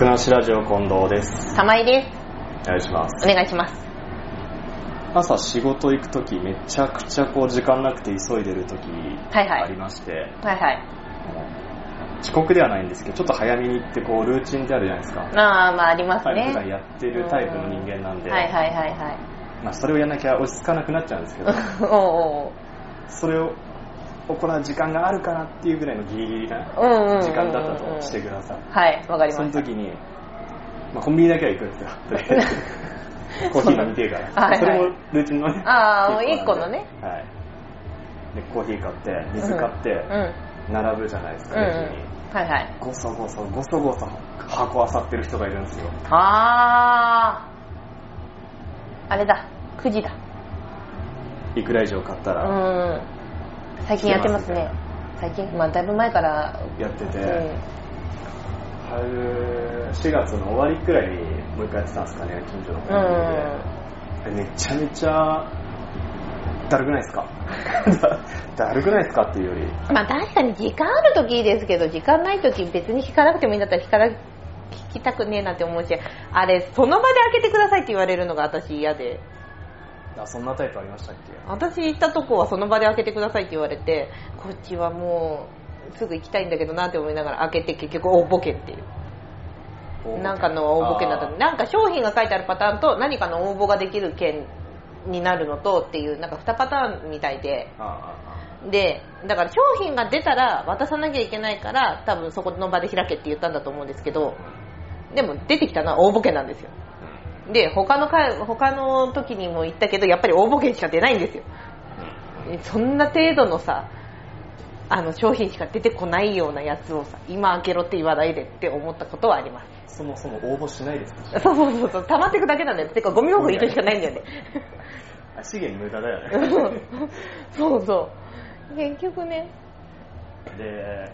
楽なしラジオ近藤です。 玉井です。 お願いします。 お願いします。 朝仕事行くときめちゃくちゃ時間なくて急いでるときありまして、 はいはい、 遅刻ではないんですけどちょっと早めに行ってルーチンってあるじゃないですか。 まあありますね。 普段やってるタイプの人間なんで、それをやらなきゃ落ち着かなくなっちゃうんですけどそれを行う時間があるかなっていうぐらいのギリギリな時間だったとしてください。 はい、わかりました。 その時に、コンビニだけは行くんですよコーヒー飲みてえからはい、それもルーチンのね 1個のね、 はい、でコーヒー買って水買って、並ぶじゃないですか、レジに、ゴソゴソ箱漁ってる人がいるんですよ。 あれだ、9時だ。 いくら以上買ったら最近やってますね。最近、だいぶ前からやってて、4月の終わりくらいにもう一回やってたんですかね、近所のコンビニで。めちゃめちゃだるくないですかだるくないですかっていうより、 確かに時間ある時ですけど、時間ない時別に引かなくてもいいんだったら引きたくねえなって思うし、あれその場で開けてくださいって言われるのが私嫌で。 そんなタイプありましたっけ？ 私行ったとこはその場で開けてくださいって言われて、こっちはもうすぐ行きたいんだけどなって思いながら開けて、結局大ボケっていうなんかの大ボケだった。なんか商品が書いてあるパターンと何かの応募ができる券になるのとっていう、なんか2パターンみたいで、だから商品が出たら渡さなきゃいけないから、多分そこの場で開けって言ったんだと思うんですけど、でも出てきたのは大ボケなんですよ。で他の時にも言ったけど、やっぱり大ボケしか出ないんですよ。そんな程度のさ、商品しか出てこないようなやつをさ、今開けろって言わないでって思ったことはあります。 そもそも応募しないですか？ そう溜まってくだけなんだよ。てかゴミ箱に行くしかないんだよね資源無駄だよねそう結局ね。 で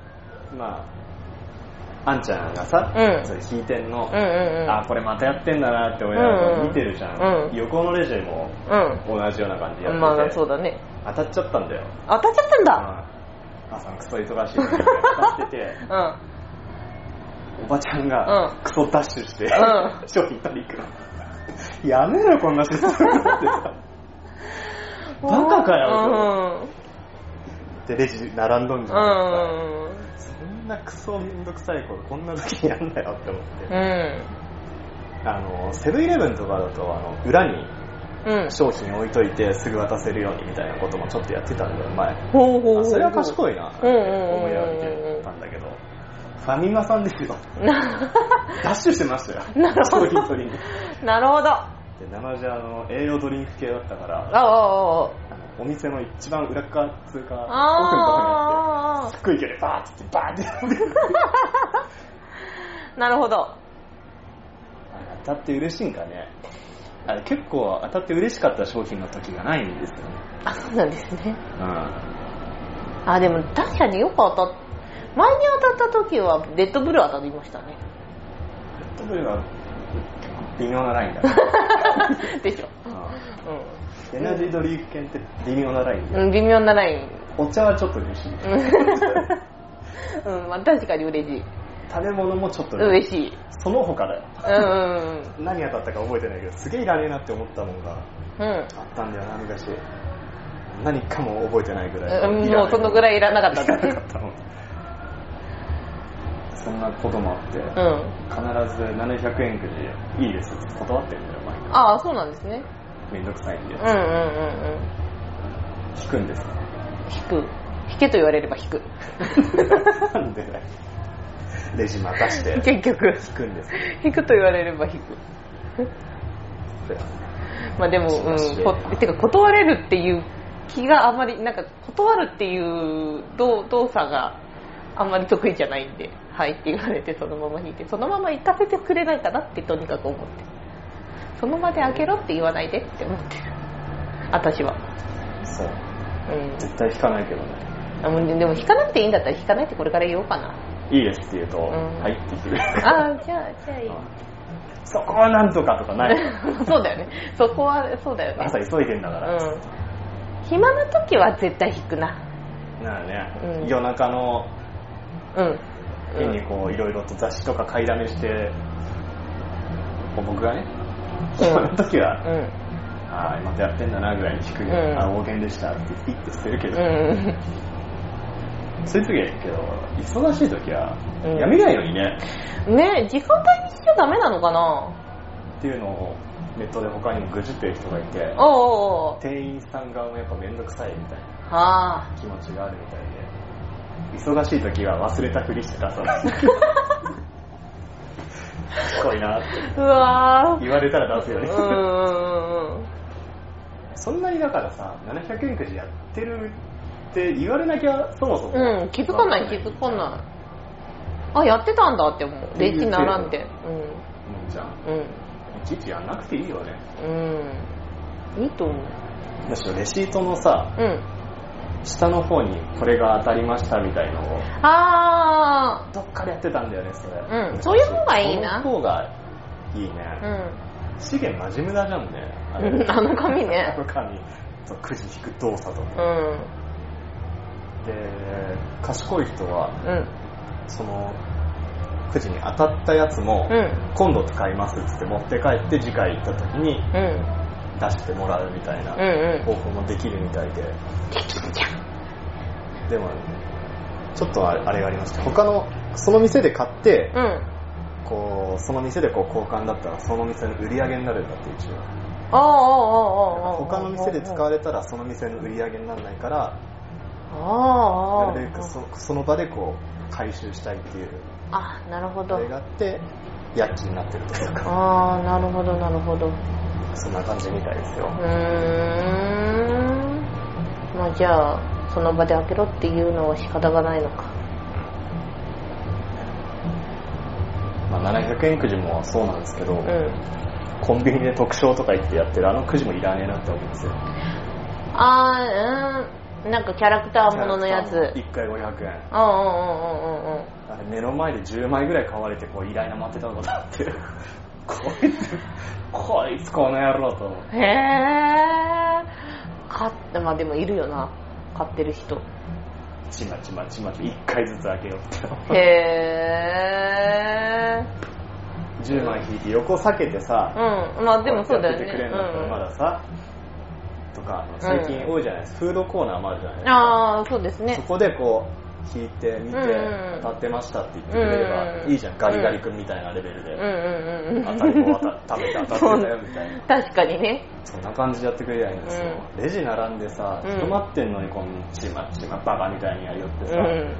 あんちゃんがさ、それ引いてんの、これまたやってんだなって親見てるじゃん、横のレジも同じような感じでやってて、 そうだね、 当たっちゃったんだよ。 当たっちゃったんだ。 朝のクソ忙しいのに当たってておばちゃんがクソダッシュして、商品取り行くのやめろよこんなシステムってさバカかよってレジ並んどんじゃないですか。そんなクソめんどくさいことこんな時にやんだよって思って、セブンイレブンとかだと裏に商品置いといてすぐ渡せるようにみたいなこともちょっとやってたんだよ前。それは賢いなって思いながら見てたんだけど、ファミマさんですよダッシュしてましたよ商品取りに。なるほど。で生地栄養ドリンク系だったから、お店の一番裏側通過奥のところにあって、すっごい勢いでバーってバーってなるほど。 当たって嬉しいんかね。結構当たって嬉しかった商品の時がないんですよね。 そうなんですね。でも確かによく当たっ前に当たった時はレッドブル当たりましたね。 レッドブルは微妙なラインだでしょ。 エナジードリンク券って微妙なラインだ。 微妙なライン。 お茶はちょっと嬉しい確かに嬉しい。 食べ物もちょっと嬉しい。 その他だよ何当たったか覚えてないけど、すげえいらねえなって思ったものがあったんだよな、昔。何かも覚えてないぐらい、 もうそのぐらいいらなかったんだねそんなこともあって、必ず700円くじいいですって断ってるんだよ毎回。そうなんですね。めんどくさいんで引くんですか？ 引けと言われれば引くなんでねレジ待たして結局引くんですね。 引くと言われれば引くでも、てか断れるっていう気があんまり、なんか断るっていう動作があんまり得意じゃないんで、はいって言われてそのまま引いて、そのまま行かせてくれないかなってとにかく思って、その場で開けろって言わないでって思ってる私は。そう、 絶対引かないけどね。 でも引かなくていいんだったら引かないってこれから言おうかな。 いいですって言うと、はいって言ってくれる。 じゃあいいそこはなんとかとかないそうだよね、そこはそうだよね。 朝急いでんだから、 暇な時は絶対引くな。 ならね、夜中の変にこういろいろと雑誌とか買いだめして、僕がねその時は、ああまたやってんだなぐらいに聞くよ、あ大変でしたってピッて捨てるけど、そういう時はいいけど忙しい時はやめないのにね、 ね時間帯にしちゃダメなのかなっていうのをネットで他にも愚痴ってる人がいて、店員さん側もやっぱ面倒くさいみたいな気持ちがあるみたいで、忙しい時は忘れたふりして出さない賢いなって言われたら出すよねそんなにだからさ700円くじやってるって言われなきゃそもそも、 気づかない。あやってたんだって思う。レジ並んでじゃん、いちいちやんなくていいよね。 いいと思う。 むしろレシートのさ、下の方にこれが当たりましたみたいのをどっかでやってたんだよねそれ、 そういう方がいいな。 その方がいいね。資源マジ無駄じゃんねあの紙ね。 あの紙くじ引く動作とか、で賢い人は、そのくじに当たったやつも、今度使いますっつって持って帰って次回行った時に、出してもらうみたいな方法もできるみたいで、でもちょっとあれがありまして、他のその店で買って、こうその店でこう交換だったらその店の売り上げになるんだって一応。他の店で使われたらその店の売り上げにならないから、なるべくその場でこう回収したいっていう。 なるほど。 それがあって家賃になってるというか。 なるほど。 そんな感じみたいですよ。 じゃあその場で開けろっていうのは仕方がないのか。 700円くじもそうなんですけど、コンビニで特賞とか言ってやってるあのくじもいらねえなって思うんですよ。 なんかキャラクターもののやつ。 1回500円。あれ目の前で10枚ぐらい買われてこうイライラ待ってたことあってこいつこの野郎と思って。 でもいるよな買ってる人。 ちまちま1回ずつ開けようって10枚引いて横避けてさ、 でもそうだよね。 やっててくれんだったらまださ、とか最近多いじゃないですか、フードコーナーもあるじゃないですか。 そうですね。 そこでこう引いて見て、当たってましたって言ってくれればいいじゃん、ガリガリ君みたいなレベルで、当たりも食べて当たってたよみたいな。 確かにね。 そんな感じでやってくれりゃいいんですよ。レジ並んでさ、人待ってんのにこのちまバカみたいにやりよってさ、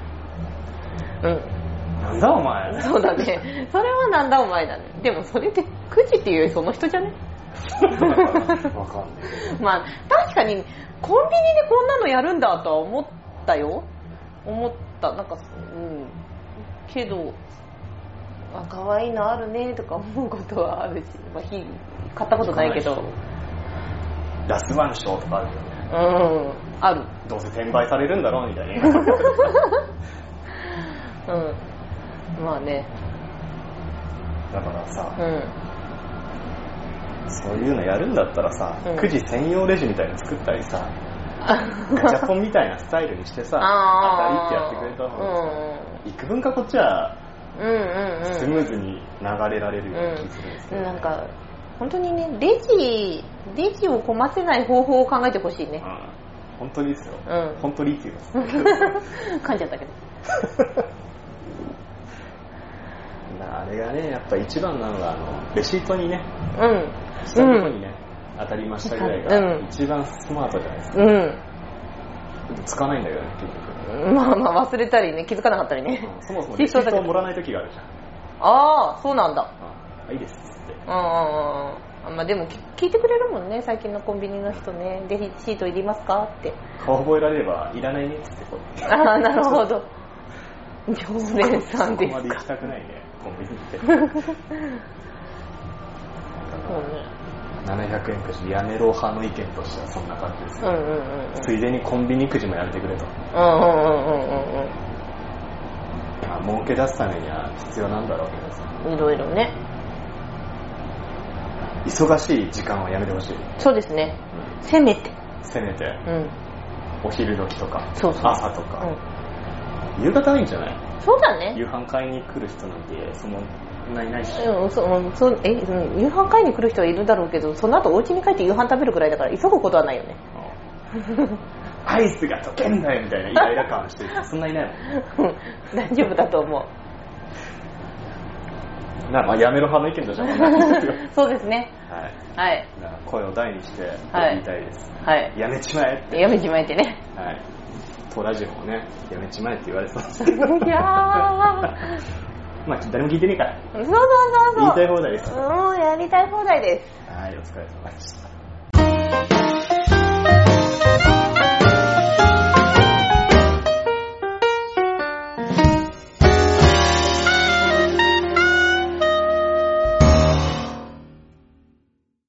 なんだお前。 そうだね。それはなんだお前だね。でもそれってくじっていうよりその人じゃね。 わかんない。 確かにコンビニでこんなのやるんだとは思ったよ。なんかけど可愛いのあるねとか思うことはあるし、買ったことないけど。 ラスワン賞とかあるよね。 ある。 どうせ転売されるんだろうみたいな。 ね。 だからさ、そういうのやるんだったらさ、くじ専用レジみたいなの作ったりさ、ガチャポンみたいなスタイルにしてさ、当たりってやってくれた方がさ、幾分かこっちはスムーズに流れられるような気がするんですけど、 なんか本当にね、レジを混ませない方法を考えてほしいね。 本当にですよ。本当にって言います。 噛んじゃったけど。 あれがね、やっぱ一番なのがレシートにね、下の方にね、当たりましたぐらいが一番スマートじゃないですか。使わないんだけどね、結局。 忘れたりね、気づかなかったりね。 そもそもレシートを盛らない時があるじゃん。 そうなんだ。 いいですっつって。 でも聞いてくれるもんね、最近のコンビニの人ね。レシートいりますかって。 顔覚えられればいらないねっつってこう。 なるほど。常連さんですか。 そこまで行きたくないね、コンビニって。700円くじやめろ派の意見としてはそんな感じですよ。ついでにコンビニくじもやめてくれと。儲け出すためには必要なんだろうけどさ。 いろいろね。 忙しい時間はやめてほしい。 そうですね。せめて。 お昼時とか、 そう朝とか。夕方はいいんじゃない？ そうだね。 夕飯買いに来る人なんてそんなにないし。 夕飯買いに来る人はいるだろうけど、その後お家に帰って夕飯食べるくらいだから急ぐことはないよね。 アイスが溶けんだよみたいなイライラ感してる人そんないないもん。 大丈夫だと思う。 まあやめろ派の意見としてはそうですね。 はい。 はい。 声を大にして言いたいです。 はい。 やめちまえって。 やめちまえってね。 はい。当ラジオもね、やめちまえって言われそうです。 いやー。 まあ誰も聞いてねえから。 そう。 言いたい放題です。 やりたい放題です。 はい、お疲れ様でした。